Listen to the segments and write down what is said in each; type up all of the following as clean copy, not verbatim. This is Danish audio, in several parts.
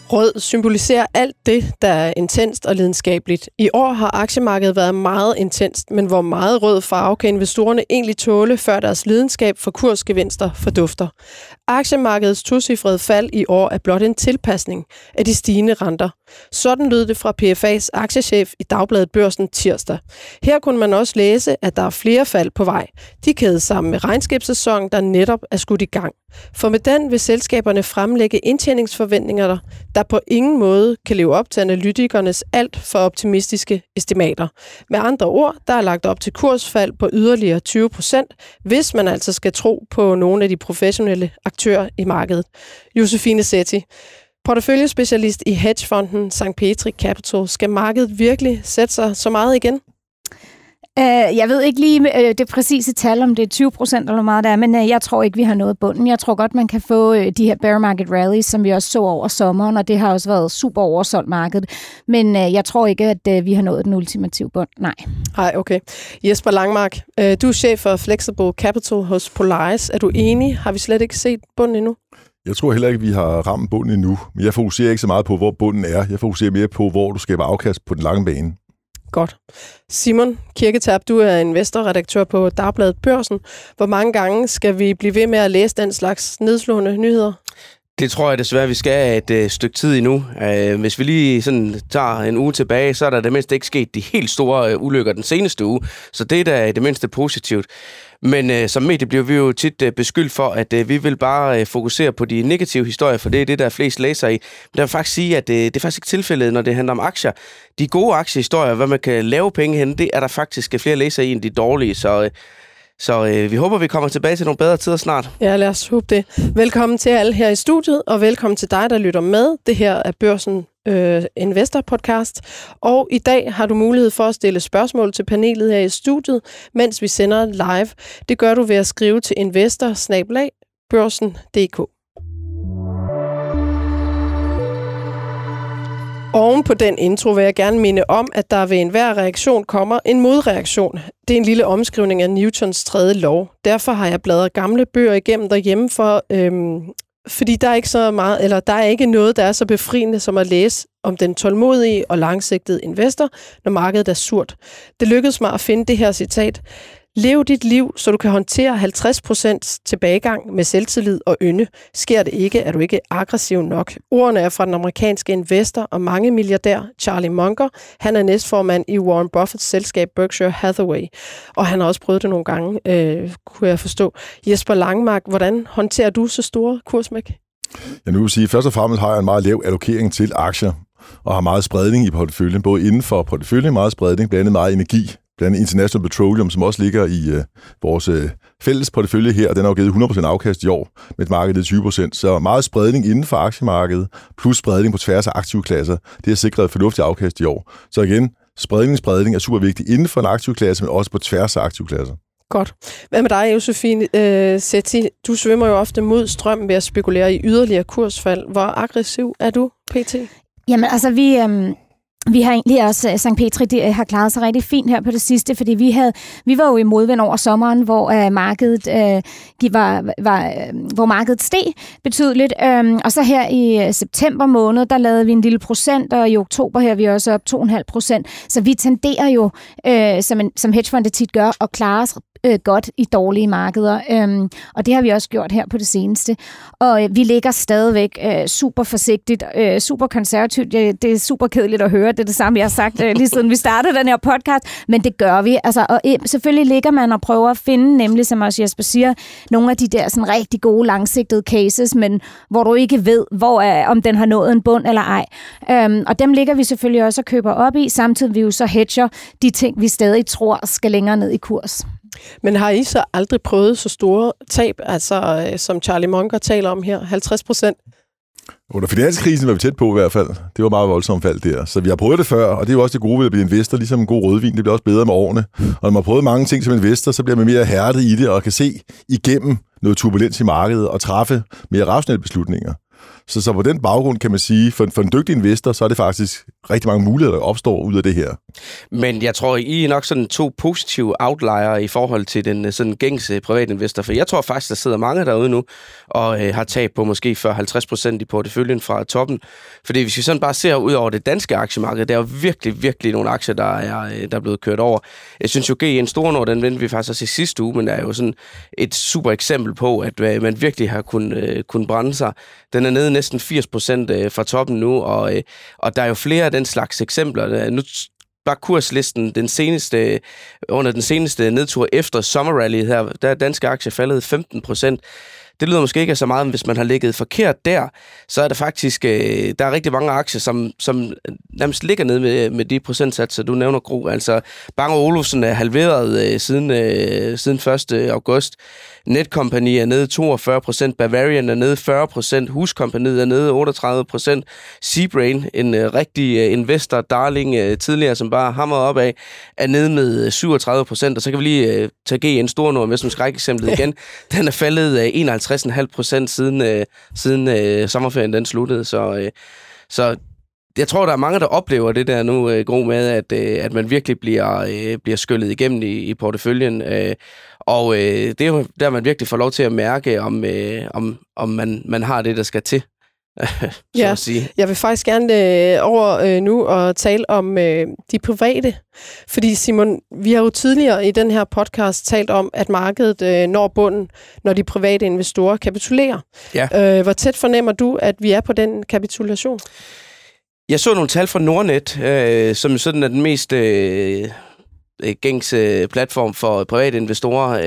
Rød symboliserer alt det, der er intenst og lidenskabeligt. I år har aktiemarkedet været meget intenst, men hvor meget rød farve kan investorerne egentlig tåle, før deres lidenskab for kursgevinster fordufter. Aktiemmarkedets tocifrede fald i år er blot en tilpasning af de stigende renter. Sådan lød det fra PFA's aktiechef i Dagbladet Børsen tirsdag. Her kunne man også læse, at der er flere fald på vej. De kædes sammen med regnskabssæsonen, der netop er skudt i gang. For med den vil selskaberne fremlægge indtjeningsforventninger, der på ingen måde kan leve op til analytikernes alt for optimistiske estimater. Med andre ord, der er lagt op til kursfald på yderligere 20%, hvis man altså skal tro på nogle af de professionelle aktører i markedet. Josefine Setti, porteføljespecialist i hedgefonden St. Petri Capital. Skal markedet virkelig sætte sig så meget igen? Jeg ved ikke lige det præcise tal, om det er 20% eller meget der, men jeg tror ikke, vi har nået bunden. Jeg tror godt, man kan få de her bear market rallies, som vi også så over sommeren, og det har også været super oversolgt markedet. Men jeg tror ikke, at vi har nået den ultimative bund. Nej. Nej, okay. Jesper Langmark, du er chef for Flexible Capital hos Polaris. Er du enig? Har vi slet ikke set bunden endnu? Jeg tror heller ikke, at vi har ramt bunden endnu. Men jeg fokuserer ikke så meget på, hvor bunden er. Jeg fokuserer mere på, hvor du skaber afkast på den lange bane. Godt. Simon Kirketab, du er investorredaktør på Dagbladet Børsen. Hvor mange gange skal vi blive ved med at læse den slags nedslående nyheder? Det tror jeg desværre, vi skal et stykke tid endnu. Hvis vi lige sådan tager en uge tilbage, så er der det mindste ikke sket de helt store ulykker den seneste uge. Så det er da det mindste positivt. Men som medie bliver vi jo tit beskyldt for, at vi vil bare fokusere på de negative historier, for det er det, der er flest læser i. Men der vil faktisk sige, at det er faktisk ikke tilfældet, når det handler om aktier. De gode aktiehistorier, hvad man kan lave penge hen, det er der faktisk flere læsere i end de dårlige. Så vi håber, vi kommer tilbage til nogle bedre tider snart. Ja, lad os håbe det. Velkommen til alle her i studiet, og velkommen til dig, der lytter med. Det her er Børsen Investor Podcast. Og i dag har du mulighed for at stille spørgsmål til panelet her i studiet, mens vi sender live. Det gør du ved at skrive til investor@børsen.dk. Oven på den intro vil jeg gerne minde om, at der ved enhver reaktion kommer en modreaktion. Det er en lille omskrivning af Newtons tredje lov. Derfor har jeg bladret gamle bøger igennem derhjemme, fordi der er ikke så meget, eller der er ikke noget, der er så befriende som at læse om den tålmodige og langsigtede investor, når markedet er surt. Det lykkedes mig at finde det her citat. Lev dit liv, så du kan håndtere 50% tilbagegang med selvtillid og ynde. Sker det ikke, er du ikke aggressiv nok. Ordene er fra den amerikanske investor og mange milliardær Charlie Munger. Han er næstformand i Warren Buffetts selskab Berkshire Hathaway. Og han har også prøvet det nogle gange, kunne jeg forstå. Jesper Langmark, hvordan håndterer du så store kursmæk? Jeg nu vil sige, først og fremmest har jeg en meget lav allokering til aktier, og har meget spredning i porteføljen. Både inden for porteføljen meget spredning, blandt andet meget energi. Blandt andet International Petroleum, som også ligger i vores fælles portefølje her, og den har jo givet 100% afkast i år, med et marked i 20%. Så meget spredning inden for aktiemarkedet, plus spredning på tværs af aktivklasser, det har sikret et fornuftigt afkast i år. Så igen, spredning er super vigtig inden for en aktivklasse, men også på tværs af aktivklasser. Godt. Hvad med dig, Josefine Setti? Du svømmer jo ofte mod strøm ved at spekulere i yderligere kursfald. Hvor aggressiv er du, PT? Jamen, altså vi har egentlig også, St. Petri har klaret sig rigtig fint her på det sidste, fordi vi var jo i modvind over sommeren, hvor markedet steg betydeligt. Og så her i september måned, der lavede vi en lille procent, og i oktober her er vi også op 2,5%. Så vi tenderer jo, som hedgefondet tit gør, at klare os godt i dårlige markeder. Og det har vi også gjort her på det seneste. Og vi ligger stadigvæk super forsigtigt, super konservativt. Det er super kedeligt at høre. Det er det samme, jeg har sagt lige siden vi startede den her podcast. Men det gør vi. Altså, og selvfølgelig ligger man og prøver at finde, nemlig som også Jesper siger, nogle af de der sådan rigtig gode langsigtede cases, men hvor du ikke ved, om den har nået en bund eller ej. Og dem ligger vi selvfølgelig også og køber op i, samtidig vi jo så hedger de ting, vi stadig tror skal længere ned i kurs. Men har I så aldrig prøvet så store tab, altså som Charlie Munger taler om her, 50%? Under finanskrisen var vi tæt på i hvert fald. Det var meget voldsomt fald der. Så vi har prøvet det før, og det er jo også det gode ved at blive investor, ligesom en god rødvin. Det bliver også bedre med årene. Og når man har prøvet mange ting som investor, så bliver man mere hærdet i det og kan se igennem noget turbulens i markedet og træffe mere rationelle beslutninger. Så på den baggrund kan man sige, for en dygtig investor, så er det faktisk rigtig mange muligheder, der opstår ud af det her. Men jeg tror, I er nok sådan 2 positive outlier i forhold til den sådan gængse privatinvestor, for jeg tror faktisk, der sidder mange derude nu, og har tab på måske 40-50% i porteføljen fra toppen. Fordi hvis vi sådan bare ser ud over det danske aktiemarked, der er jo virkelig, virkelig nogle aktier, der er blevet kørt over. Jeg synes jo, GN Store Nord, den vendte vi faktisk også i sidste uge, men der er jo sådan et super eksempel på, at man virkelig har kunnet brænde sig. Den er nede næsten 80% fra toppen nu, og der er jo flere af den slags eksempler. Nu var kurslisten under den seneste nedtur efter sommerrallyet her, der er danske aktier faldet 15%. Det lyder måske ikke så meget, men hvis man har ligget forkert der, så er der faktisk, der er rigtig mange aktier, som nærmest ligger nede med de procentsatser, du nævner, Gro. Altså, Bang & Olufsen er halveret siden 1. august. Netcompany er nede 42%, Bavarian er nede 40%, Huskompaniet er nede 38%, Seabrain, en rigtig investor, darling tidligere, som bare hamrede op af, er nede med 37%, og så kan vi lige tage GN Store Nord med som skrækeksemplet igen. Den er faldet 51,5% siden sommerferien den sluttede, så jeg tror, der er mange, der oplever det der nu, Gro, med, at man virkelig bliver skyllet igennem i porteføljen. Og det er jo der, man virkelig får lov til at mærke, om man har det, der skal til. Ja, at sige. Jeg vil faktisk gerne over nu og tale om de private. Fordi Simon, vi har jo tidligere i den her podcast talt om, at markedet når bunden, når de private investorer kapitulerer. Ja. Hvor tæt fornemmer du, at vi er på den kapitulation? Jeg så nogle tal fra Nordnet, som sådan er den mest gængse platform for private investorer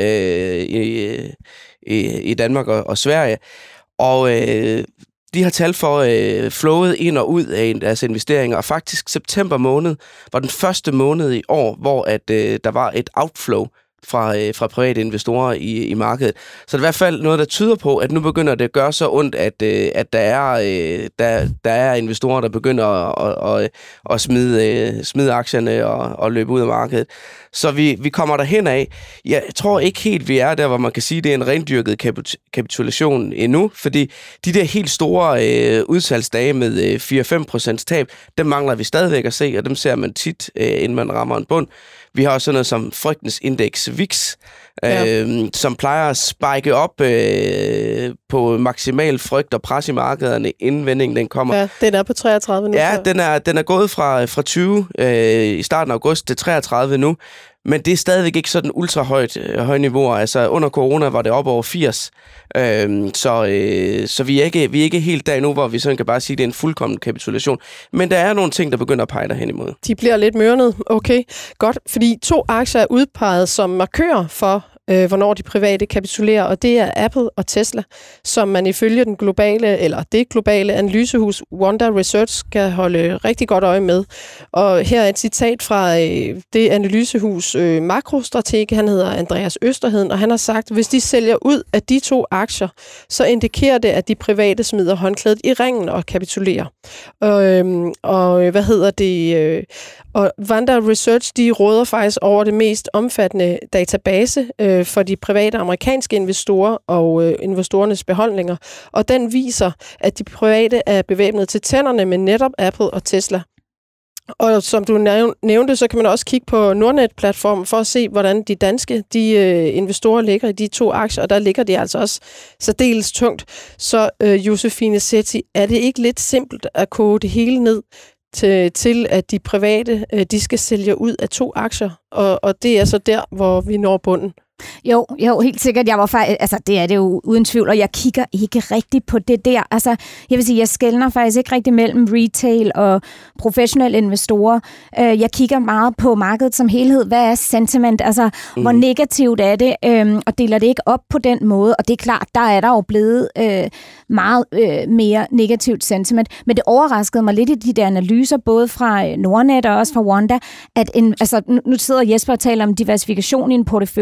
i Danmark og Sverige. Og de har tal for flowet ind og ud af deres investeringer, og faktisk september måned var den første måned i år, hvor der var et outflow fra private investorer i markedet. Så det er i hvert fald noget, der tyder på, at nu begynder det at gøre så ondt, at der er investorer, der begynder at smide aktierne og løbe ud af markedet. Så vi kommer derhen af. Jeg tror ikke helt, vi er der, hvor man kan sige, at det er en rendyrket kapitulation endnu, fordi de der helt store udsalgsdage med 4-5% tab, dem mangler vi stadigvæk at se, og dem ser man tit, inden man rammer en bund. Vi har også sådan noget som frygtens indeks VIX, som plejer at spike op på maksimal frygt og pres i markederne, inden vendingen den kommer. Ja, den er på 33 nu. Ja, den er gået fra 20 i starten af august til 33 nu, men det er stadigvæk ikke sådan høje niveauer. Altså under corona var det op over 80, så vi er ikke helt der nu, hvor vi sådan kan bare sige, at det er en fuldkommen kapitulation. Men der er nogle ting, der begynder at pege derhen imod. De bliver lidt mørnet. Okay, godt. Fordi 2 aktier er udpeget som markører for, hvornår de private kapitulerer, og det er Apple og Tesla, som man ifølge det globale analysehus Wanda Research skal holde rigtig godt øje med. Og her er et citat fra det analysehus makrostrateg, han hedder Andreas Østerheden, og han har sagt, at hvis de sælger ud af de 2 aktier, så indikerer det, at de private smider håndklædet i ringen og kapitulerer. Og Wanda Research, de råder faktisk over det mest omfattende database for de private amerikanske investorer og investorernes beholdninger. Og den viser, at de private er bevæbnet til tænderne med netop Apple og Tesla. Og som du nævnte, så kan man også kigge på Nordnet-platformen for at se, hvordan de danske investorer ligger i de 2 aktier, og der ligger de altså også særdeles tungt. Så Josefine Sethi, er det ikke lidt simpelt at koge det hele ned til at de private de skal sælge ud af 2 aktier, og det er så der, hvor vi når bunden? Jo, helt sikkert. Jeg var faktisk, altså det er det jo uden tvivl, og jeg kigger ikke rigtig på det der. Altså, jeg vil sige, jeg skelner faktisk ikke rigtig mellem retail og professionelle investorer. Jeg kigger meget på markedet som helhed. Hvad er sentiment? Altså, hvor negativt er det? Og deler det ikke op på den måde? Og det er klart, der er der jo blevet meget mere negativt sentiment. Men det overraskede mig lidt i de der analyser, både fra Nordnet og også fra Wanda, at nu sidder Jesper og taler om diversifikation i en portefølje.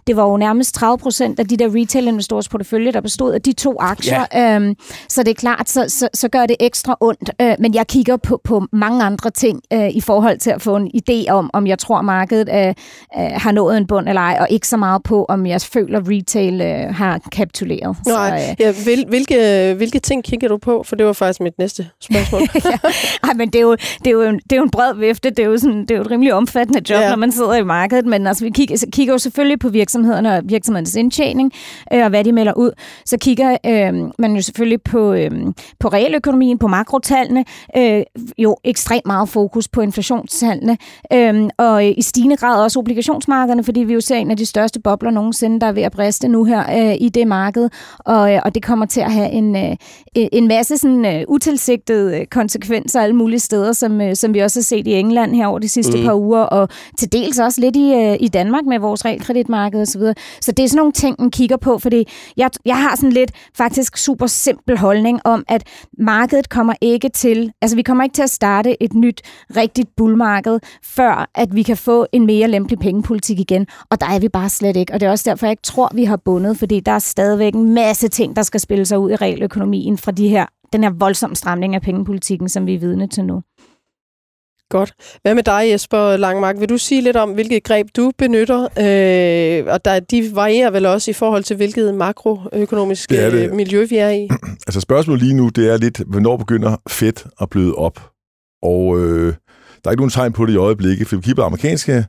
det var jo nærmest 30% af de der retail-investorers portefølje, der bestod af de 2 aktier. Ja. Så det er klart, så gør det ekstra ondt. Men jeg kigger på mange andre ting i forhold til at få en idé om jeg tror, markedet har nået en bund eller ej, og ikke så meget på, om jeg føler, retail har kapituleret. Nej, hvilke ting kigger du på? For det var faktisk mit næste spørgsmål. Ej, men det er jo en bred vifte. Det er jo et rimelig omfattende job, når man sidder i markedet. Men altså, vi kigger jo selvfølgelig på virksomhederne og virksomhedernes indtjening, og hvad de melder ud. Så kigger man jo selvfølgelig på realøkonomien, på makrotallene, jo ekstremt meget fokus på inflationstallene, og i stigende grad også obligationsmarkederne, fordi vi jo ser en af de største bobler nogensinde, der er ved at briste nu her i det marked, og det kommer til at have en masse sådan utilsigtede konsekvenser alle mulige steder, som vi også har set i England her over de sidste par uger, og til dels også lidt i Danmark med vores realkreditmarked og så videre. Så det er sådan nogle ting, man kigger på, fordi jeg har sådan lidt faktisk super simpel holdning om, at markedet kommer ikke til, altså vi kommer ikke til at starte et nyt, rigtigt bullmarked, før at vi kan få en mere lempelig pengepolitik igen, og der er vi bare slet ikke, og det er også derfor, jeg ikke tror, vi har bundet, fordi der er stadigvæk en masse ting, der skal spille sig ud i realøkonomien fra den her voldsomme stramning af pengepolitikken, som vi er vidne til nu. Godt. Hvad med dig, Jesper Langmark? Vil du sige lidt om, hvilket greb du benytter? Og de varierer vel også i forhold til, hvilket makroøkonomisk miljø vi er i? Altså spørgsmålet lige nu, det er lidt, hvornår begynder Fed at bløde op? Og der er ikke nogen tegn på det i øjeblikket, for vi kigger på amerikanske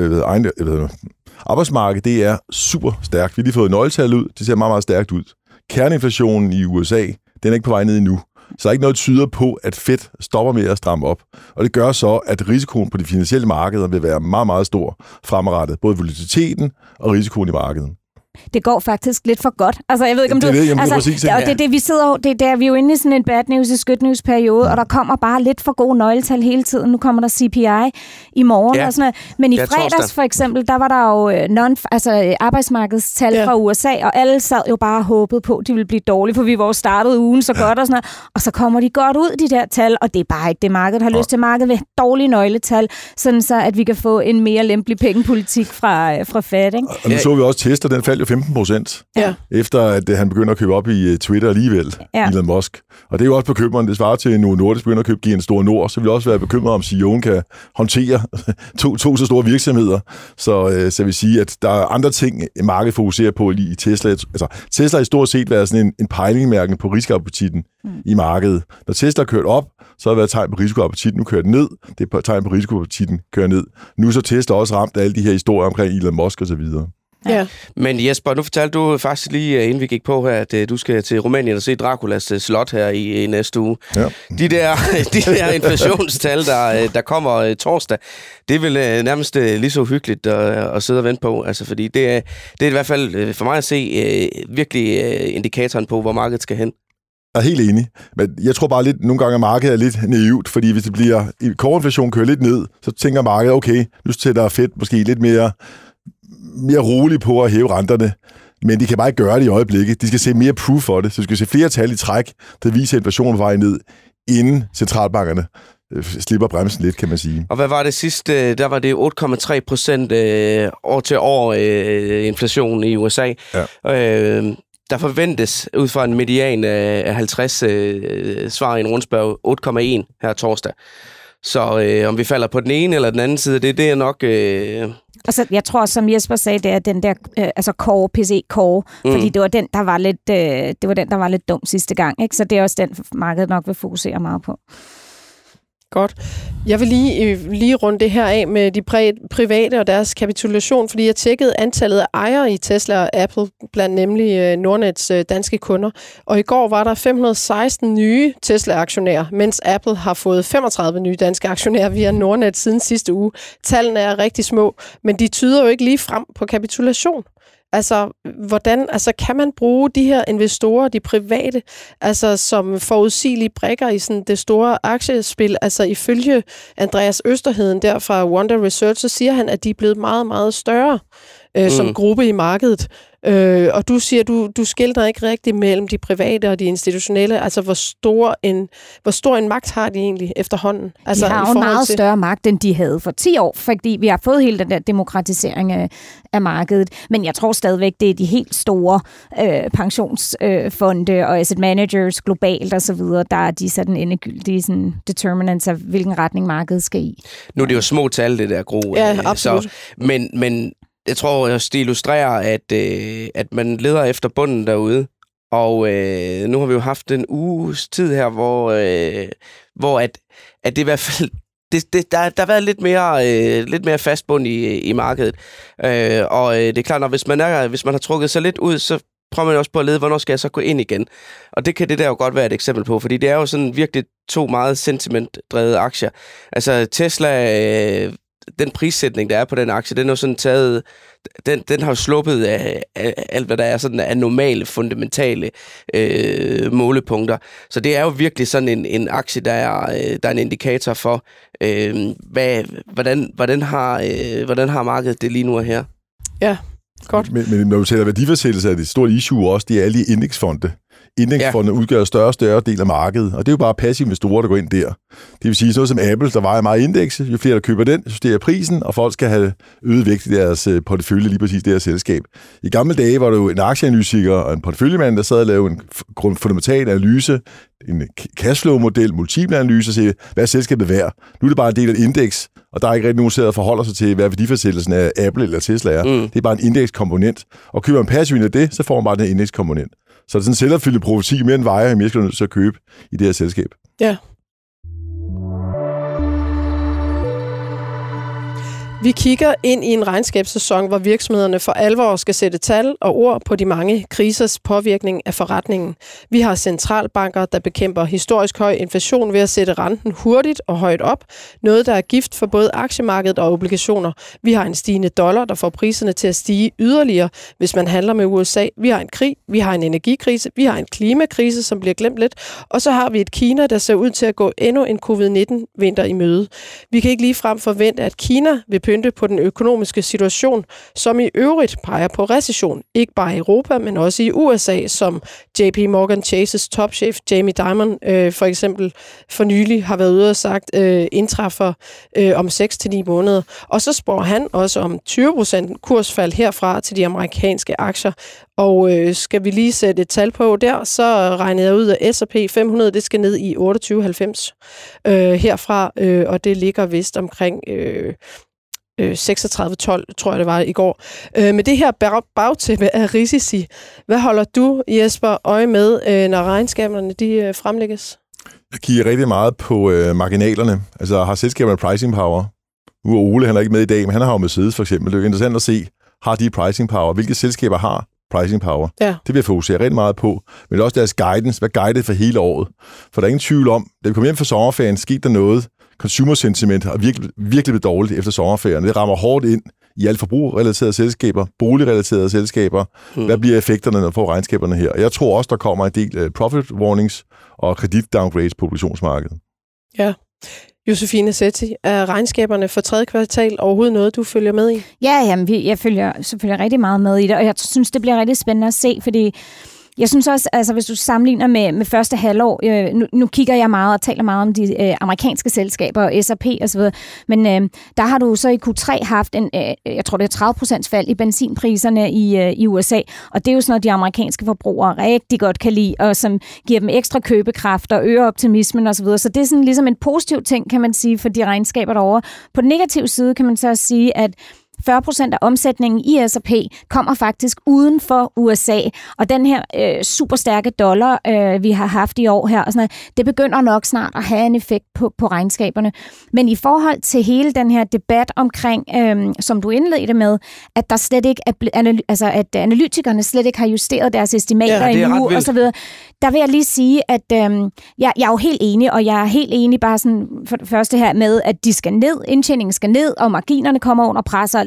arbejdsmarked, det er super stærkt. Vi har lige fået nøgletal ud, det ser meget, meget stærkt ud. Kerneinflationen i USA, den er ikke på vej ned endnu. Så der er ikke noget, der tyder på, at Fed stopper med at stramme op. Og det gør så, at risikoen på de finansielle markeder vil være meget, meget stor fremadrettet. Både volatiliteten og risikoen i markedet. Det går faktisk lidt for godt. Altså, jeg ved ikke, om du... Det er det, vi sidder... Det er vi jo inde i sådan en bad news is good news periode, og der kommer bare lidt for gode nøgletal hele tiden. Nu kommer der CPI i morgen og sådan noget. Men i fredags for eksempel, der var der jo arbejdsmarkedstal fra USA, og alle sad jo bare og håbede på, at de ville blive dårlige, for vi var jo startet ugen så godt og sådan noget. Og så kommer de godt ud, de der tal, og det er bare ikke det, markedet har lyst til. Markedet vil dårlige nøgletal, sådan så, at vi kan få en mere lempelig pengepolitik fra Fed, ikke? Og nu så vi også Tesla, den faldt jo 15%, efter at han begynder at købe op i Twitter alligevel, Elon Musk. Og det er jo også bekymrende. Det svarer til, Novo Nordisk begynder at købe GN Store Nord, så vil også være bekymret om, CEO'en kan håndtere to så store virksomheder. Så jeg vil sige, at der er andre ting, markedet fokuserer på i Tesla. Altså, Tesla har i stort set været sådan en pejlingmærke på risikoappetitten i markedet. Når Tesla er kørt op, så har det været tegn på risikoappetitten. Nu kører den ned. Det er tegn på risikoappetitten kører ned. Nu så Tesla også ramt af alle de her historier omkring Elon Musk og så videre. Ja. Men Jesper, nu fortalte du faktisk lige, inden vi gik på her, at du skal til Rumænien og se Draculas slot her i næste uge. Ja. De der inflationstal, der kommer torsdag, det er vel nærmest lige så uhyggeligt at sidde og vente på. Altså, fordi det er i hvert fald for mig at se virkelig indikatoren på, hvor markedet skal hen. Jeg er helt enig, men jeg tror bare lidt, nogle gange at markedet er lidt naivt, fordi hvis det bliver core-inflation kører lidt ned, så tænker markedet, okay, nu sætter Fed måske lidt mere roligt på at hæve renterne, men de kan bare ikke gøre det i øjeblikket. De skal se mere proof for det, så de skal se flere tal i træk, der viser inflationen på vej ned, inden centralbankerne slipper bremsen lidt, kan man sige. Og hvad var det sidste? Der var det 8,3% år til år inflation i USA. Ja. Der forventes ud fra en median af 50 svar i en rundspørg 8,1 her torsdag. Så om vi falder på den ene eller den anden side, det er nok... Altså, jeg tror, som Jesper sagde, det er den der core, PC-core, fordi det var den, der var lidt dum sidste gang, ikke? Så det er også den, markedet nok vil fokusere meget på. Godt. Jeg vil lige runde det her af med de private og deres kapitulation, fordi jeg tjekkede antallet af ejere i Tesla og Apple, blandt nemlig Nordnets danske kunder. Og i går var der 516 nye Tesla-aktionærer, mens Apple har fået 35 nye danske aktionærer via Nordnet siden sidste uge. Tallene er rigtig små, men de tyder jo ikke lige frem på kapitulation. Altså, kan man bruge de her investorer, de private, altså som forudsigelige brikker i sådan det store aktiespil? Altså ifølge Andreas Østerheden der fra Wonder Research, så siger han, at de er blevet meget, meget større. som gruppe i markedet. Og du siger, du skilter ikke rigtig mellem de private og de institutionelle. Altså, hvor stor en magt har de egentlig efterhånden? Altså, de har jo en meget større magt, end de havde for 10 år, fordi vi har fået hele den der demokratisering af markedet. Men jeg tror stadigvæk, det er de helt store pensionsfonde og asset managers globalt og så videre, der er de sådan endegyldige sådan determinants af, hvilken retning markedet skal i. Nu er det jo små tal, det der, Gro. Ja, absolut. Så, men jeg tror også, det illustrerer, at man leder efter bunden derude. Og nu har vi jo haft en uges tid her, hvor at det i hvert fald der har været lidt mere fast bund i markedet. Og det er klart, at hvis man har trukket sig lidt ud, så prøver man også på at lede, hvornår skal jeg så gå ind igen. Og det kan det der jo godt være et eksempel på, fordi det er jo sådan virkelig 2 meget sentimentdrevede aktier. Altså Tesla, den prissætning, der er på den aktie, den er jo sådan taget, den har jo sluppet af alt, hvad der er sådan af normale, fundamentale målepunkter. Så det er jo virkelig sådan en aktie, der er en indikator for, hvordan har markedet det lige nu og her. Ja, godt. Men når du taler værdifastsættelse, er det et stort issue også, det er alle de indeksfonde. Indeksfondene udgør større og større del af markedet, og det er jo bare passive investorer, der går ind der. Det vil sige, sådan noget som Apple, der vejer meget indekse, jo flere der køber den, justerer prisen, og folk skal have øget vægt i deres portefølje, lige præcis det her selskab. I gamle dage var det jo en aktieanalytiker og en porteføljemand, der sad og lavede en fundamental analyse, en cashflow-model, multiple analyse, og sige, hvad er selskabet værd? Nu er det bare en del af et indeks, og der er ikke rigtig nogen der forholder sig til, hvad værdifastsættelsen af Apple eller Tesla er. Det er bare en indekskomponent. Og køber man passiv ind af det, så får man bare den indekskomponent. Så det er sådan en selvopfyldende profeti, mere end vejer, mere skal du nødt til at købe i det her selskab. Ja. Vi kigger ind i en regnskabssæson, hvor virksomhederne for alvor skal sætte tal og ord på de mange krisers påvirkning af forretningen. Vi har centralbanker, der bekæmper historisk høj inflation ved at sætte renten hurtigt og højt op. Noget, der er gift for både aktiemarkedet og obligationer. Vi har en stigende dollar, der får priserne til at stige yderligere, hvis man handler med USA. Vi har en krig, vi har en energikrise, vi har en klimakrise, som bliver glemt lidt. Og så har vi et Kina, der ser ud til at gå endnu en covid-19-vinter i møde. Vi kan ikke ligefrem forvente, at Kina vil pynte på den økonomiske situation, som i øvrigt peger på recession. Ikke bare i Europa, men også i USA, som JP Morgan Chases topchef Jamie Dimon for eksempel for nylig har været ude og sagt, indtræffer om 6-9 måneder. Og så spår han også om 20% kursfald herfra til de amerikanske aktier. Og skal vi lige sætte et tal på der, så regner jeg ud, at S&P 500 det skal ned i 28,90 herfra, og det ligger vist omkring 36,12, tror jeg det var i går. Med det her bagtæppe af risici, hvad holder du, Jesper, øje med, når regnskaberne de fremlægges? Jeg kigger rigtig meget på marginalerne. Altså har selskaberne pricing power? Nu er Ole, han er ikke med i dag, men han har jo Mercedes for eksempel. Det er jo interessant at se, har de pricing power? Hvilke selskaber har pricing power? Ja. Det vil jeg fokusere rigtig meget på. Men også deres guidance. Hvad guidet for hele året? For der er ingen tvivl om, da vi kom hjem fra sommerferien, skete der noget. Consumer sentiment har virkelig blevet dårligt efter sommerferien. Det rammer hårdt ind i alle forbrugrelaterede selskaber, boligrelaterede selskaber. Hvad bliver effekterne, når får regnskaberne her? Og jeg tror også, der kommer en del profit warnings og kreditdowngrades på obligationsmarkedet. Ja. Josefine Setti, er regnskaberne for 3. kvartal overhovedet noget, du følger med i? Ja, jamen, jeg følger selvfølgelig rigtig meget med i det, og jeg synes, det bliver rigtig spændende at se, fordi jeg synes også, altså hvis du sammenligner med første halvår, nu kigger jeg meget og taler meget om de amerikanske selskaber og S&P og så videre, men der har du så i Q3 haft jeg tror det er 30% fald i benzinpriserne i USA, og det er jo sådan noget, de amerikanske forbrugere rigtig godt kan lide, og som giver dem ekstra købekraft og øger optimismen og så videre, så det er sådan ligesom en positiv ting, kan man sige, for de regnskaber derovre. På den negative side kan man så sige, at 40% af omsætningen i S&P kommer faktisk uden for USA, og den her super stærke dollar, vi har haft i år her, og sådan noget, det begynder nok snart at have en effekt på regnskaberne. Men i forhold til hele den her debat omkring, som du indledte med, at der slet ikke at analytikerne slet ikke har justeret deres estimater endnu, og så videre, der vil jeg lige sige, at jeg er jo helt enig, og jeg er helt enig bare sådan for det første her med, at de skal ned, indtjeningen skal ned, og marginerne kommer under pres og alt det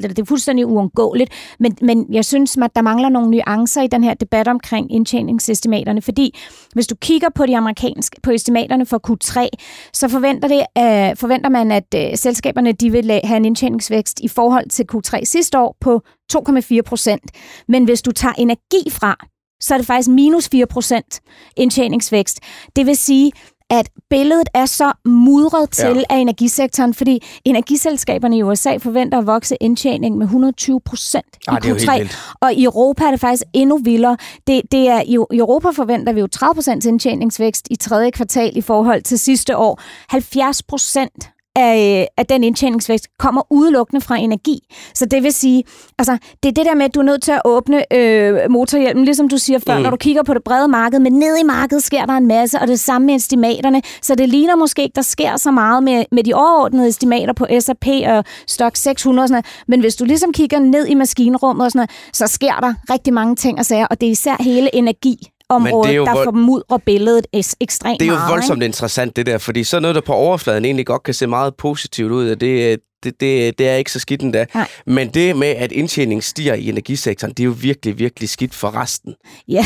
det. Det er fuldstændig uundgåeligt. Men jeg synes, at der mangler nogle nuancer i den her debat omkring indtjeningsestimaterne, fordi hvis du kigger på de amerikanske, på estimaterne for Q3, så forventer man, at selskaberne de vil have en indtjeningsvækst i forhold til Q3 sidste år på 2,4%. Men hvis du tager energi fra, så er det faktisk minus 4% indtjeningsvækst. Det vil sige, at billedet er så mudret til af energisektoren, fordi energiselskaberne i USA forventer at vokse indtjening med 120% i Q3. Og i Europa er det faktisk endnu vildere. I Europa forventer vi jo 30% indtjeningsvækst i tredje kvartal i forhold til sidste år. 70% af den indtjeningsvækst kommer udelukkende fra energi. Så det vil sige, altså det er det der med, at du er nødt til at åbne motorhjelmen, ligesom du siger før, når du kigger på det brede marked, men ned i markedet sker der en masse, og det samme med estimaterne. Så det ligner måske ikke, der sker så meget med de overordnede estimater på S&P og Stoxx 600 og sådan noget. Men hvis du ligesom kigger ned i maskinrummet og sådan noget, så sker der rigtig mange ting og sager, og det er især hele energiområdet, der formudrer billedet ekstremt meget. Det er jo voldsomt interessant, det der, fordi så noget, der på overfladen egentlig godt kan se meget positivt ud, og det er ikke så skidt endda. Men det med, at indtjeningen stiger i energisektoren, det er jo virkelig, virkelig skidt for resten. Ja,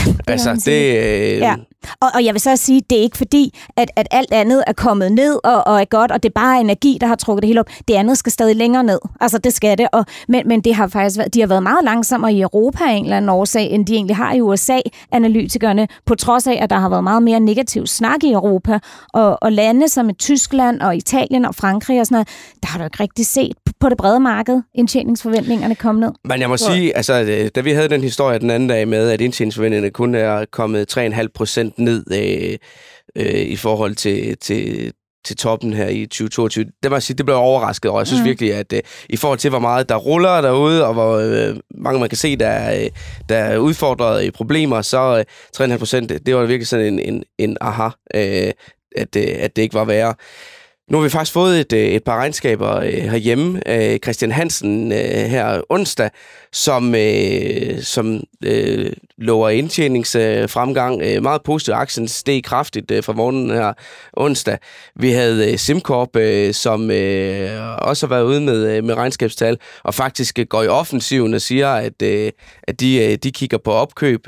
ja. Og jeg vil så sige, det er ikke fordi, at alt andet er kommet ned og er godt, og det er bare energi, der har trukket det hele op. Det andet skal stadig længere ned. Altså, det skal det. Men det har faktisk de har været meget langsommere i Europa af en eller anden årsag, end de egentlig har i USA, analytikerne, på trods af, at der har været meget mere negativ snak i Europa. Og lande som Tyskland og Italien og Frankrig og sådan noget, der har du ikke rigtig set på det brede marked, indtjeningsforventningerne kom ned. Men jeg må sige, altså, da vi havde den historie den anden dag med, at indtjeningsforventningerne kun er kommet 3,5% ned i forhold til toppen her i 2022. Det må jeg sige, det blev overrasket, og jeg synes virkelig, at i forhold til, hvor meget der ruller derude, og hvor mange man kan se, der er udfordret i problemer, så 3,5%, det var virkelig sådan en aha, at det ikke var værre. Nu har vi faktisk fået et par regnskaber herhjemme. Christian Hansen her onsdag, som lover indtjeningsfremgang. Meget positiv. Aktien steg kraftigt fra morgenen her onsdag. Vi havde SimCorp, som også har været ude med regnskabstal, og faktisk går i offensiven og siger, at de kigger på opkøb.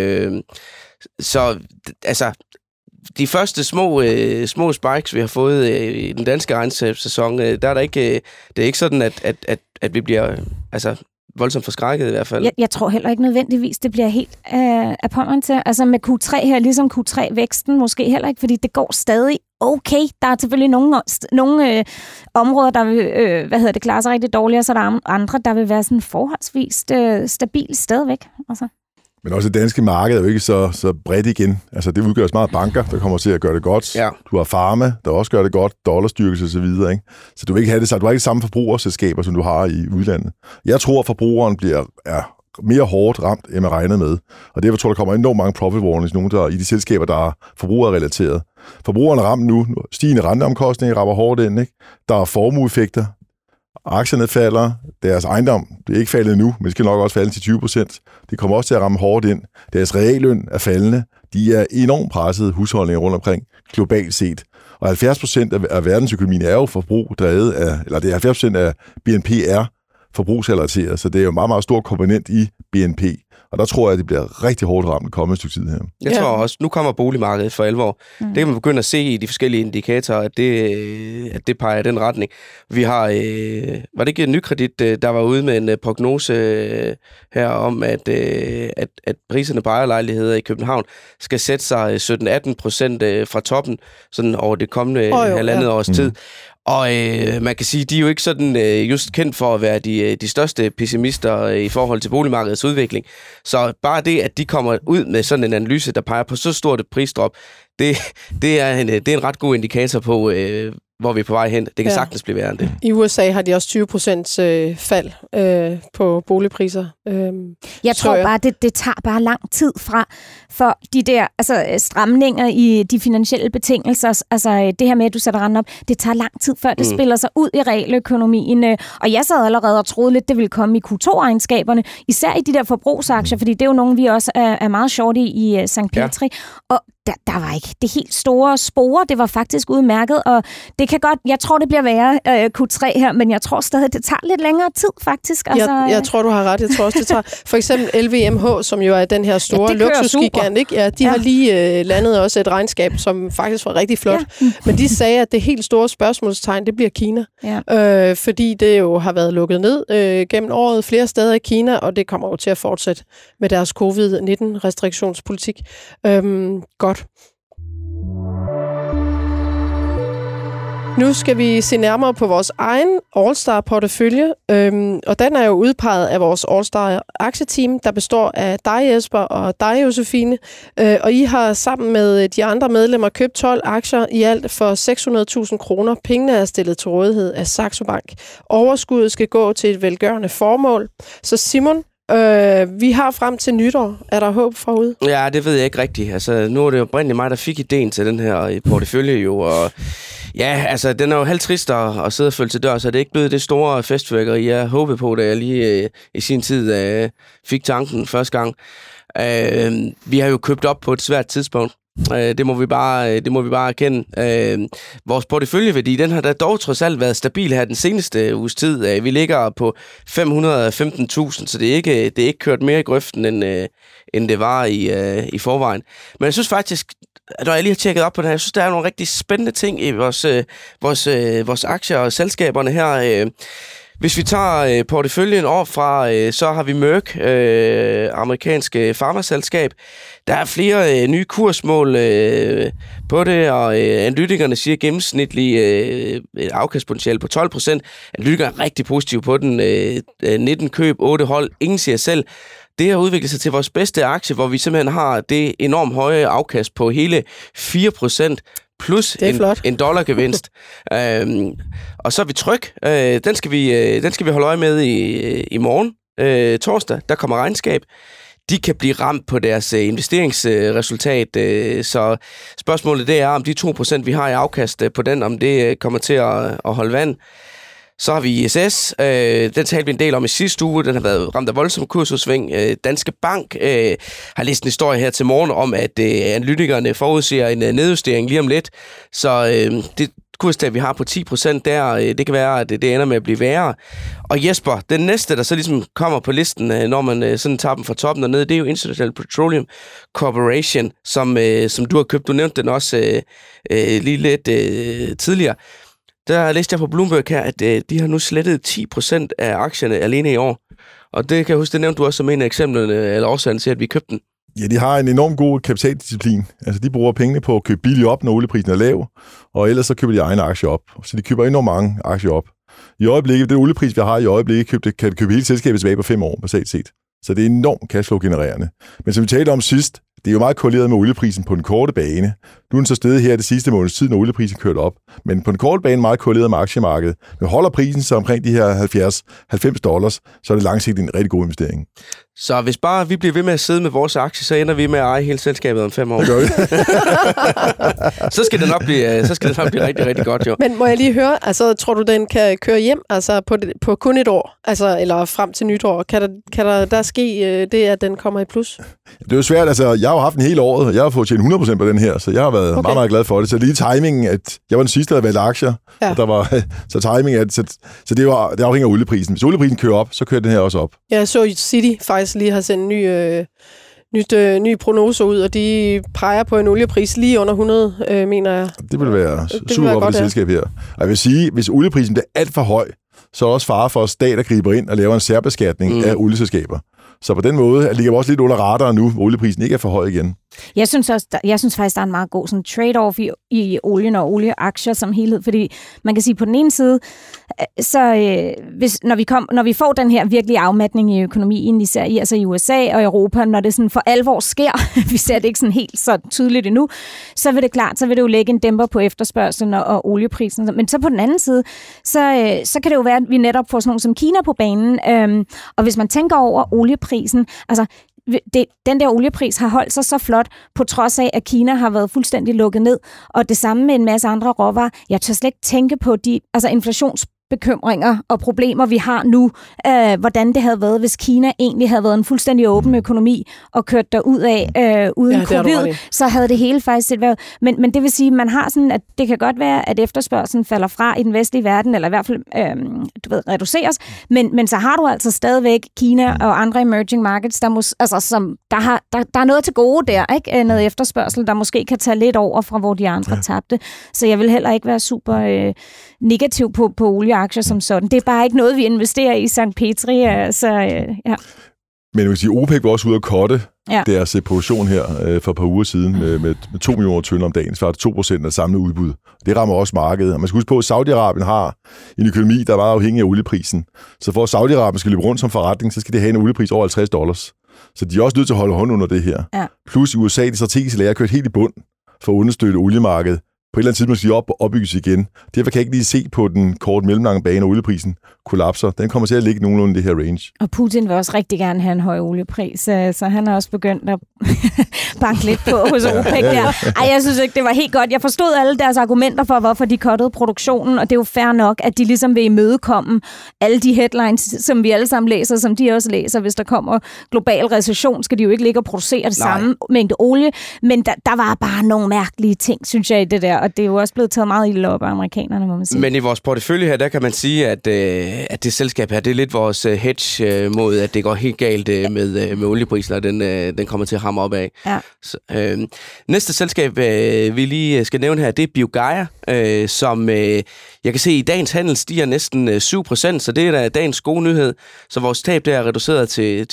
Så altså, de første små spikes, vi har fået i den danske regnskabssæson, der er det er ikke sådan, at vi bliver voldsomt forskrækket i hvert fald. Jeg tror heller ikke nødvendigvis, det bliver helt af påmanden til. Altså med Q3 her, ligesom Q3-væksten, måske heller ikke, fordi det går stadig okay. Der er selvfølgelig nogle områder, der vil klare sig rigtig dårligt, og så er der andre, der vil være sådan forholdsvis stabil stadigvæk. Altså. Men også det danske marked er jo ikke så bredt igen. Altså, det udgøres meget af banker, der kommer til at gøre det godt. Ja. Du har Pharma, der også gør det godt, dollarstyrkelse og så videre, ikke? Så du vil ikke have det, så du har ikke samme forbrugerselskaber, som du har i udlandet. Jeg tror, at forbrugeren er mere hårdt ramt, end man regner med. Og derfor tror jeg, der kommer enormt mange profit warnings, nogen der i de selskaber, der er forbrugerrelateret. Forbrugerne er ramt nu, stigende renteomkostninger rammer hårdt ind, ikke? Der er formueeffekter. Aktierne falder, deres ejendom, det er ikke faldet nu, men det skal nok også falde til 20%. Det kommer også til at ramme hårdt ind. Deres realløn er faldende. De er enormt pressede husholdninger rundt omkring, globalt set. Og 70% af verdensøkonomien er jo forbrug drevet af, eller det er 70% af BNP er forbrugsrelateret, så det er jo en meget, meget stor komponent i BNP. Og der tror jeg, at det bliver rigtig hårdt ramt kommende stykke tid her. Jeg tror også, nu kommer boligmarkedet for alvor. Det kan man begynde at se i de forskellige indikatorer, at det peger i den retning. Vi har, var det ikke Nykredit, der var ude med en prognose her om, at priserne på ejerlejligheder i København skal sætte sig 17-18% fra toppen, sådan over det kommende halvandet års tid. Og man kan sige, de er jo ikke sådan just kendt for at være de største pessimister i forhold til boligmarkedets udvikling. Så bare det, at de kommer ud med sådan en analyse, der peger på så stort et prisdrop, det er en ret god indikator på, hvor vi er på vej hen. Det kan sagtens blive værre end det. I USA har de også 20% fald på boligpriser. Jeg tror bare, det tager bare lang tid for de der stramninger i de finansielle betingelser. Altså det her med, at du sætter renten op, det tager lang tid, før det spiller sig ud i realøkonomien. Og jeg sad allerede og troede lidt, det ville komme i Q2-regnskaberne. Især i de der forbrugsaktier, fordi det er jo nogle, vi også er meget short i St. Petri. Ja. Og der var ikke det helt store spore. Det var faktisk udmærket, og det kan godt, jeg tror, det bliver værre Q3 her, men jeg tror stadig, det tager lidt længere tid, faktisk. Altså, jeg tror, du har ret. Jeg tror også, det tager... For eksempel LVMH, som jo er den her store luksusgigant, ikke? Ja, de har lige landet også et regnskab, som faktisk var rigtig flot. Ja. Men de sagde, at det helt store spørgsmålstegn, det bliver Kina. Ja. Fordi det jo har været lukket ned gennem året flere steder i Kina, og det kommer jo til at fortsætte med deres covid-19-restriktionspolitik. Godt. Nu skal vi se nærmere på vores egen All-Star-portefølje, og den er jo udpeget af vores All-Star-aktieteam, der består af dig, Jesper, og dig, Josefine. Og I har sammen med de andre medlemmer købt 12 aktier i alt for 600.000 kroner. Pengene er stillet til rådighed af Saxo Bank. Overskuddet skal gå til et velgørende formål. Så Simon, vi har frem til nytår. Er der håb forude? Ja, det ved jeg ikke rigtigt. Altså, nu er det jo oprindeligt mig, der fik idéen til den her portefølje jo, og ja, altså, den er jo halvt trist at sidde og følge til dør, så det er ikke blevet det store festværkeri, jeg håbede på, da jeg lige i sin tid fik tanken første gang. Vi har jo købt op på et svært tidspunkt. Det må vi bare erkende. Vores porteføljeværdi, den har da dog trods alt været stabil her den seneste uges tid. Vi ligger på 515.000, så det er ikke kørt mere i grøften, end det var i forvejen. Men jeg synes faktisk, når jeg lige har tjekket op på det her, jeg synes, der er nogle rigtig spændende ting i vores aktier og selskaberne her. Hvis vi tager porteføljen op fra, så har vi Merck, amerikanske farmaselskab. Der er flere nye kursmål på det, og analytikerne siger gennemsnitlig afkastpotentiale på 12%. Analytikere er rigtig positive på den. 19 køb, 8 hold, ingen siger selv. Det har udviklet sig til vores bedste aktie, hvor vi simpelthen har det enormt høje afkast på hele 4%. Plus en dollargevinst. Og så er vi Tryg. Den skal vi holde øje med i morgen, torsdag. Der kommer regnskab. De kan blive ramt på deres investeringsresultat. Så spørgsmålet det er, om de 2% vi har i afkast på den, om det kommer til at holde vand. Så har vi ISS. Den talte vi en del om i sidste uge. Den har været ramt af voldsom kursudsving. Danske Bank har læst en historie her til morgen om, at analytikerne forudser en nedjustering lige om lidt. Så det kurstab, vi har på 10% der, det kan være, at det ender med at blive værre. Og Jesper, den næste, der så ligesom kommer på listen, når man sådan tager dem fra toppen og ned, det er jo International Petroleum Corporation, som du har købt. Du nævnte den også lige lidt tidligere. Der læste jeg på Bloomberg her, at de har nu slettet 10% af aktierne alene i år. Og det kan jeg huske, det nævnte du også som en af eksemplerne, eller årsagen til, at vi købte den. Ja, de har en enorm god kapitaldisciplin. Altså, de bruger pengene på at købe billigt op, når olieprisen er lav, og ellers så køber de egne aktier op. Så de køber enormt mange aktier op. I øjeblikket, den oliepris, vi har i øjeblikket, kan de købe hele selskabet tilbage på 5 år, basalt set. Så det er enormt cashflow-genererende. Men som vi talte om sidst, det er jo meget korreleret med olieprisen på den korte bane. Nu er den så stedet her det sidste måneds tid, når olieprisen kørte op. Men på den korte bane meget korreleret med aktiemarkedet. Men holder prisen så omkring de her $70-90, så er det langsigtet en rigtig god investering. Så hvis bare vi bliver ved med at sidde med vores aktie, så ender vi med at eje hele selskabet om 5 år. Det gør vi. så skal det nok blive rigtig, rigtig godt, jo. Men må jeg lige høre, altså tror du, den kan køre hjem altså på kun et år, altså eller frem til nytår? Kan der ske det, at den kommer i plus? Det er jo svært, altså jeg har haft den hele året, jeg har fået tjent 100% på den her, så jeg har været meget, meget glad for det. Så lige timingen, at jeg var den sidste, der havde valgt aktier, og der var så timingen, at så det afhænger af olieprisen. Hvis olieprisen kører op, så kører den her også op. Ja, så City faktisk lige har sendt ny prognose ud, og de peger på en oliepris lige under 100, mener jeg. Det vil være super op for det selskab her. Og jeg vil sige, hvis olieprisen bliver alt for høj, så er der også fare for, at stater griber ind og laver en særbeskatning af olieselskaber. Så på den måde ligger vi også lidt under radaren nu, hvor olieprisen ikke er for høj igen. Jeg synes faktisk, der er en meget god sådan trade-off i olien og olieaktier som helhed, fordi man kan sige på den ene side, så når vi får den her virkelige afmatning i økonomien, især i USA og Europa, når det sådan for alvor sker, vi ser det ikke sådan helt så tydeligt endnu, så vil det klart, så vil det jo lægge en dæmper på efterspørgselen og olieprisen. Men så på den anden side, så kan det jo være, at vi netop får sådan nogle som Kina på banen, og hvis man tænker over olieprisen, altså den der oliepris har holdt sig så flot, på trods af, at Kina har været fuldstændig lukket ned, og det samme med en masse andre råvarer. Jeg tør slet ikke tænke på de inflationsbeskuende bekymringer og problemer, vi har nu, hvordan det havde været, hvis Kina egentlig havde været en fuldstændig åben økonomi og kørt derud af uden covid, så havde det hele faktisk set været. Men det vil sige, at man har sådan, at det kan godt være, at efterspørgselen falder fra i den vestlige verden, eller i hvert fald reduceres, men så har du altså stadigvæk Kina og andre emerging markets, der er noget til gode der, ikke? Noget efterspørgsel, der måske kan tage lidt over fra, hvor de andre tabte. Så jeg vil heller ikke være super negativ på olieaktier som sådan. Det er bare ikke noget, vi investerer i St. Petri. Ja. Men jeg vil sige, OPEC var også ude at cutte deres produktion her for et par uger siden med 2 millioner tønder om dagen, så var det 2% af det samlede udbud. Det rammer også markedet. Og man skal huske på, at Saudi-Arabien har en økonomi, der er meget afhængig af olieprisen. Så for at Saudi-Arabien skal løbe rundt som forretning, så skal det have en oliepris over $50. Så de er også nødt til at holde hånd under det her. Ja. Plus i USA, de strategiske lager kørt helt i bund for at understøtte oliemarkedet. På et eller andet tidspunkt skal de opbygges igen. Derfor kan jeg ikke lige se på den kort mellemlange bane, og olieprisen kollapser. Den kommer til at ligge nogenlunde i det her range. Og Putin vil også rigtig gerne have en høj oliepris, så han har også begyndt at banke lidt på hos OPEC der. Ej, jeg synes ikke, det var helt godt. Jeg forstod alle deres argumenter for, hvorfor de cuttede produktionen, og det er jo fair nok, at de ligesom vil imødekomme alle de headlines, som vi alle sammen læser, som de også læser. Hvis der kommer global recession, skal de jo ikke ligge og producere det samme mængde olie. Men der var bare nogle mærkelige ting, synes jeg, i det der. Og det er jo også blevet taget meget ilde op af amerikanerne, må man sige. Men i vores portefølje her, der kan man sige, at det selskab her, det er lidt vores hedge mod, at det går helt galt med olieprisen, og den kommer til at ramme op af. Ja. Så, næste selskab, vi lige skal nævne her, det er BioGaia, som jeg kan se i dagens handel stiger næsten 7%, så det er da dagens gode nyhed. Så vores tab der er reduceret til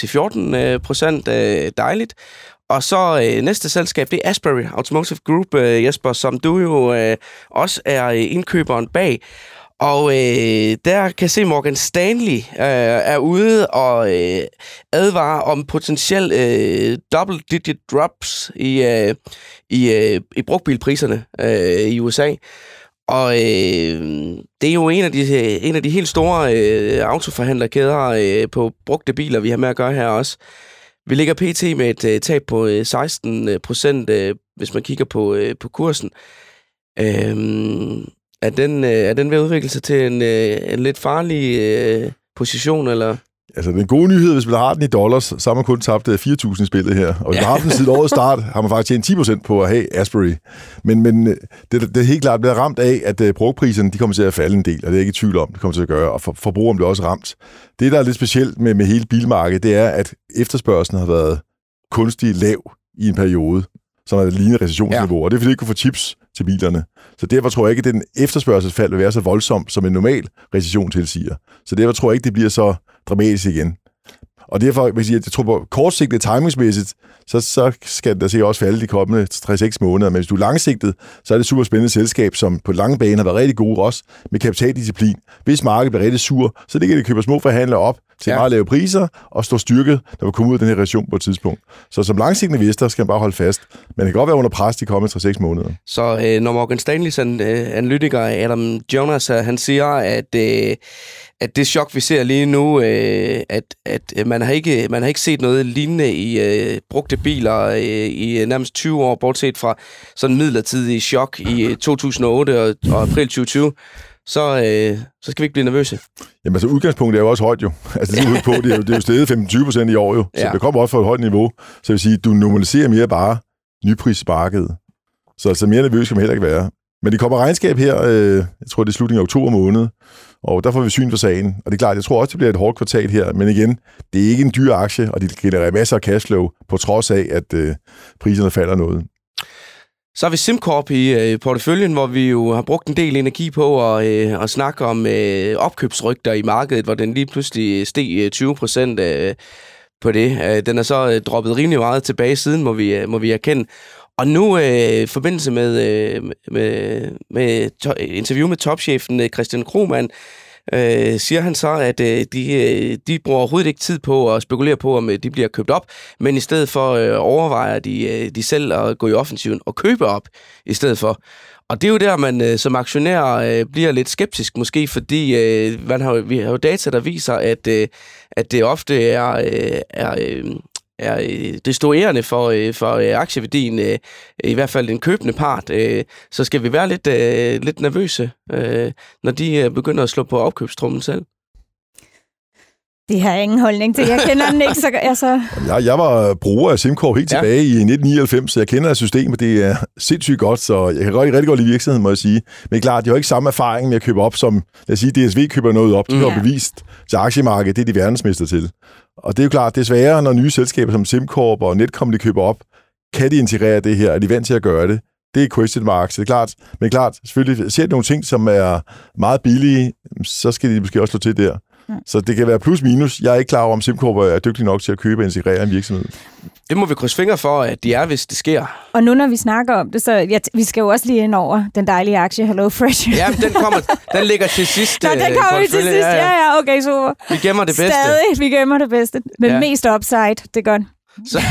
14%, dejligt. Og så næste selskab, det er Asbury Automotive Group, Jesper, som du jo også er indkøberen bag. Og der kan se Morgan Stanley er ude og advare om potentiel double-digit drops i brugtbilpriserne i USA. Og det er jo en af de helt store autoforhandlerkæder på brugte biler, vi har med at gøre her også. Vi ligger pt. Med et tab på 16%, hvis man kigger på kursen. Er den ved at udvikle sig til en lidt farlig position, eller? Altså, den gode nyhed, hvis man har den i dollars, så har man kun tabt 4.000 i spillet her. Og hvis man har den siden årets start, har man faktisk tjent 10% på at have Asbury. Men det er helt klart blevet ramt af, at brugpriserne de kommer til at falde en del, og det er ikke i tvivl om, det kommer til at gøre, og forbrugeren bliver også ramt. Det, der er lidt specielt med hele bilmarkedet, det er, at efterspørgselen har været kunstigt lav i en periode, som er et lignende recessionsniveau, og det er fordi, de ikke kunne få chips til bilerne. Så derfor tror jeg ikke, at den efterspørgselsfald vil være så voldsom, som en normal recession tilsiger. Så derfor tror jeg ikke, det bliver så dramatisk igen. Og derfor vil jeg sige, at jeg tror på kortsigtet timingsmæssigt, så skal der sikkert også falde de kommende 3-6 måneder. Men hvis du er langsigtet, så er det et super spændende selskab, som på lange bane har været rigtig gode også med kapitaldisciplin. Hvis markedet bliver rigtig sur, så det kan de købe små forhandlere op til meget lave priser og stå styrket, der vil komme ud af den her recession på et tidspunkt. Så som langsigtende investor skal man bare holde fast. Men det kan godt være under pres de kommende 3-6 måneder. Så når Morgan Stanleys analytiker Adam Jonas, han siger, at det chok, vi ser lige nu, at man har ikke set noget lignende i brugte biler i nærmest 20 år, bortset fra sådan midlertidig chok i 2008 og april 2020, så skal vi ikke blive nervøse. Jamen altså udgangspunktet er jo også højt jo. Altså det er jo, det er jo steget 25% i år jo, så det kommer også fra et højt niveau. Så jeg vil sige, du normaliserer mere bare nyprismarkedet. Så mere nervøs kan man heller ikke være. Men det kommer regnskab her, jeg tror det er slutningen af oktober måned, og der får vi syn for sagen. Og det er klart, jeg tror også, det bliver et hårdt kvartal her, men igen, det er ikke en dyr aktie, og det genererer masser af cashflow, på trods af, at priserne falder noget. Så har vi SimCorp i porteføljen, hvor vi jo har brugt en del energi på at snakke om opkøbsrygter i markedet, hvor den lige pludselig steg 20% på det. Den er så droppet rimelig meget tilbage siden, må vi erkende. Og nu i forbindelse med interview med topchefen Christian Krohmann, siger han så, at de bruger overhovedet ikke tid på at spekulere på, om de bliver købt op, men i stedet for overvejer de selv at gå i offensiven og købe op i stedet for. Og det er jo der, man som aktionær bliver lidt skeptisk måske, fordi vi har jo data, der viser, at det ofte er destruerende for aktieværdien, i hvert fald den købende part, så skal vi være lidt nervøse, når de begynder at slå på opkøbstrummen selv. Det har jeg ingen holdning til. Jeg kender den ikke, så altså... Jeg var bruger af SimCorp helt tilbage i 1999, så jeg kender systemet. Det er sindssygt godt, så jeg kan rigtig godt lide virksomheden, må jeg sige. Men klart, de har ikke samme erfaring med at købe op, som, lad os sige, DSV køber noget op. De har bevist til aktiemarkedet, det er de verdensmester til. Og det er jo klart, det er sværere, når nye selskaber som SimCorp og Netcom, de køber op. Kan de integrere det her? Er de vant til at gøre det? Det er question mark, så det er klart. Men klart, selvfølgelig, ser de nogle ting, som er meget billige, så skal de måske også slå til der. Så det kan være plus minus. Jeg er ikke klar over, om SimCorp er dygtig nok til at købe og integrere en virksomhed. Det må vi krydse fingre for, at de er, hvis det sker. Og nu, når vi snakker om det, så vi skal jo også lige ind over den dejlige aktie HelloFresh. Ja, den ligger til sidst. Nå, den kommer vi til sidst. Ja, okay, super. Vi gemmer det bedste. Stadig, vi gemmer det bedste. Men mest upside, det er godt. Så,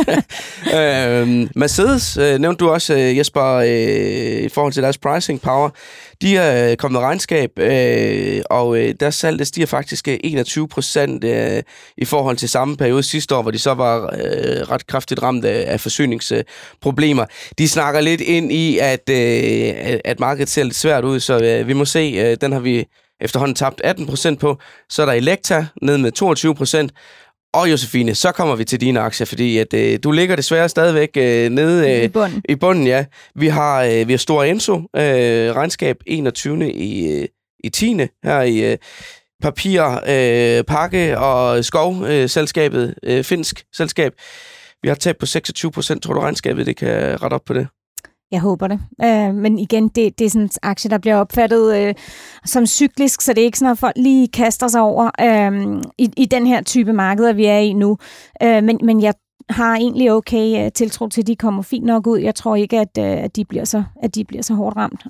Mercedes nævnte du også, Jesper, i forhold til deres pricing power. De er kommet med regnskab, og deres salg stiger faktisk 21% i forhold til samme periode sidste år, hvor de så var ret kraftigt ramt af forsyningsproblemer. De snakker lidt ind i, at markedet ser lidt svært ud, så vi må se, den har vi efterhånden tabt 18% på. Så er der Elekta ned med 22%. Og Josefine, så kommer vi til dine aktier, fordi at, du ligger desværre stadigvæk nede i bunden. Ja. Vi har Stora Enso, regnskab 21. i 10. her i papir, pakke og skovselskabet, finsk selskab. Vi har tab på 26%. Tror du regnskabet, det kan rette op på det? Jeg håber det. Men igen, det er sådan en aktie, der bliver opfattet som cyklisk, så det er ikke sådan, at folk lige kaster sig over i den her type markeder, vi er i nu. Men jeg har egentlig okay tiltro til, at de kommer fint nok ud. Jeg tror ikke, at de bliver så hårdt ramt.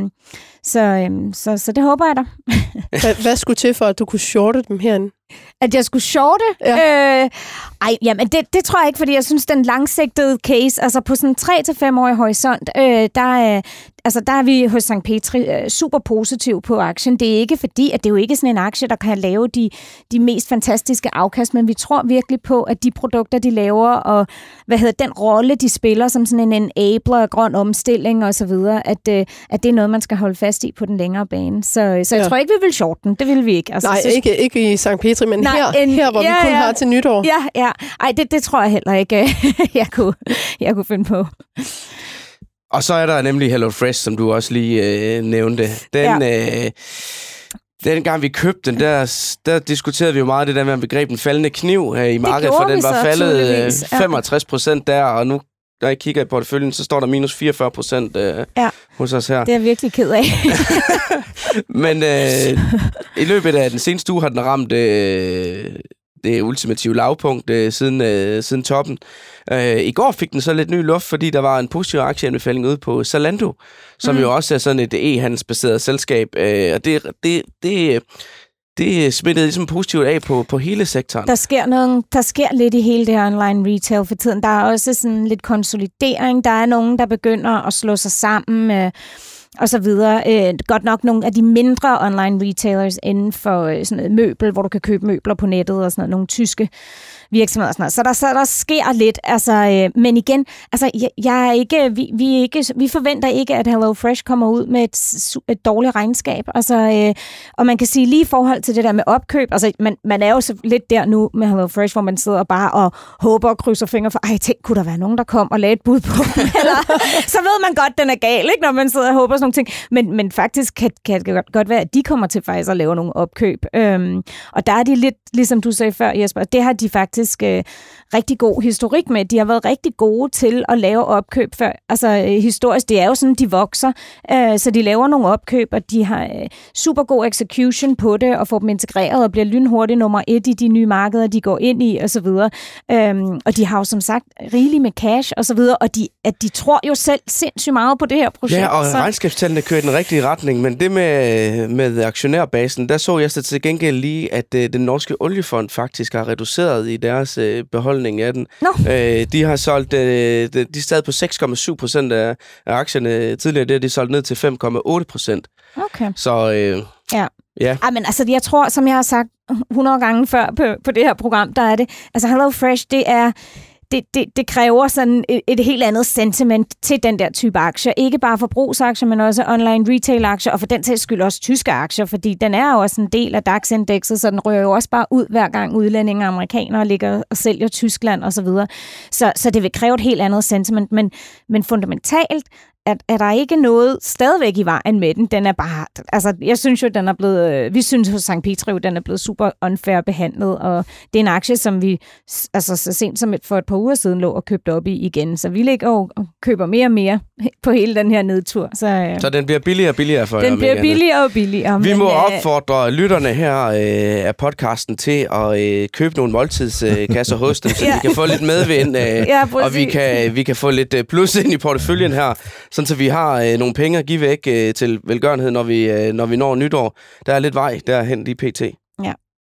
Så det håber jeg da. Hvad skulle til for, at du kunne shorte dem herinde? At jeg skulle shorte? Ja. Jamen det tror jeg ikke, fordi jeg synes, den langsigtede case, altså på sådan 3-5-årig horisont, der er vi hos St. Petri super positiv på aktien. Det er ikke fordi, at det er jo ikke sådan en aktie, der kan lave de mest fantastiske afkast, men vi tror virkelig på, at de produkter, de laver, og den rolle, de spiller som sådan en enabler, grøn omstilling og så videre, at det er noget, man skal holde fast i på den længere bane. Så jeg tror ikke, vi vil shorte den. Det vil vi ikke. Altså, nej, ikke i St. Petri, men her hvor vi kun har til nytår. Ja. Ej, det tror jeg heller ikke, jeg kunne finde på. Og så er der nemlig HelloFresh, som du også lige nævnte. Den gang vi købte den, der diskuterede vi jo meget det der med, at vi greb den faldende kniv i markedet, for den var faldet 65% der, og nu, når jeg kigger i porteføljen, så står der minus 44% hos os her. Det er jeg virkelig ked af. Men i løbet af den seneste uge har den ramt det ultimative lavpunkt siden toppen. I går fik den så lidt ny luft, fordi der var en positiv aktieanbefaling ude på Zalando, som jo også er sådan et e-handelsbaseret selskab. Og det smittede ligesom positivt af på hele sektoren. Der sker lidt i hele det her online retail for tiden. Der er også sådan lidt konsolidering. Der er nogen, der begynder at slå sig sammen og så videre. Godt nok nogle af de mindre online retailers inden for sådan noget møbel, hvor du kan købe møbler på nettet og sådan noget, nogle tyske virksomheder og sådan noget. Så der sker lidt, altså, men igen, altså, vi forventer ikke, at HelloFresh kommer ud med et dårligt regnskab. Altså, og man kan sige lige i forhold til det der med opkøb, altså, man er jo så lidt der nu med HelloFresh, hvor man sidder bare og håber og krydser fingre for, tænk, kunne der være nogen, der kom og lagde et bud på den? Eller, så ved man godt, den er gal, ikke, når man sidder og håber sådan nogle ting. Men faktisk kan det godt være, at de kommer til faktisk at lave nogle opkøb. Og der er de lidt, ligesom du sagde før, Jesper, det har de faktisk rigtig god historik med. De har været rigtig gode til at lave opkøb før. Altså historisk, det er jo sådan, de vokser, så de laver nogle opkøb, og de har super god execution på det, og får dem integreret, og bliver lynhurtigt nummer 1 i de nye markeder, de går ind i, og så videre. Og de har jo som sagt rigeligt med cash, og så videre, og de tror jo selv sindssygt meget på det her projekt. Ja, og regnskabstallene kører i den rigtige retning, men det med aktionærbasen, der så jeg så til gengæld lige, at den norske oliefond faktisk har reduceret i deres beholdning af den. No. De har solgt, de er stadig på 6,7% af aktierne tidligere, det har de solgt ned til 5,8%. Okay. Så Ja. Men altså, jeg tror, som jeg har sagt 100 gange før på det her program, der er det, altså HelloFresh, det kræver sådan et helt andet sentiment til den der type aktier. Ikke bare forbrugsaktier, men også online retail-aktier, og for den sags skyld også tyske aktier, fordi den er jo også en del af DAX-indekset, så den rører jo også bare ud, hver gang udlændinge og amerikanere ligger og sælger Tyskland osv. Så det vil kræve et helt andet sentiment, men fundamentalt er der ikke noget stadigvæk i vejen med den. Den er bare, altså jeg synes jo, den er blevet, vi synes hos St. Petri, den er blevet super unfair behandlet, og det er en aktie, som vi altså så sent som for et par uger siden lå og købte op i igen, så vi ligger og køber mere og mere på hele den her nedtur. Så den bliver billigere og billigere for den bliver billigere og billigere. Vi må opfordre lytterne her af podcasten til at købe nogle måltidskasser hos dem, så vi kan få lidt medvind, og vi kan få lidt plus ind i porteføljen her, sådan så vi har nogle penge at give væk til velgørenhed, når vi når nytår. Der er lidt vej derhen lige pt. Ja.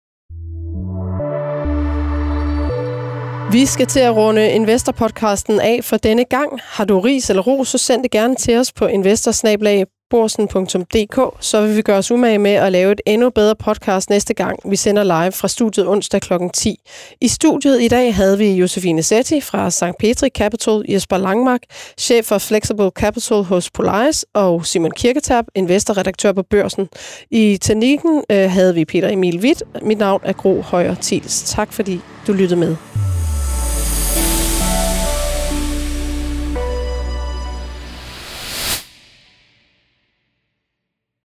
Vi skal til at runde Investor-podcasten af for denne gang. Har du ris eller ros, så send det gerne til os på investor@borsen.dk, så vil vi gøre os umage med at lave et endnu bedre podcast næste gang. Vi sender live fra studiet onsdag kl. 10. I studiet i dag havde vi Josefine Setti fra St. Petri Capital, Jesper Langmark, chef for Flexible Capital hos Polaris, og Simon Kirketab, investorredaktør på Børsen. I teknikken havde vi Peter Emil Witt. Mit navn er Gro Højer Thiels. Tak fordi du lyttede med.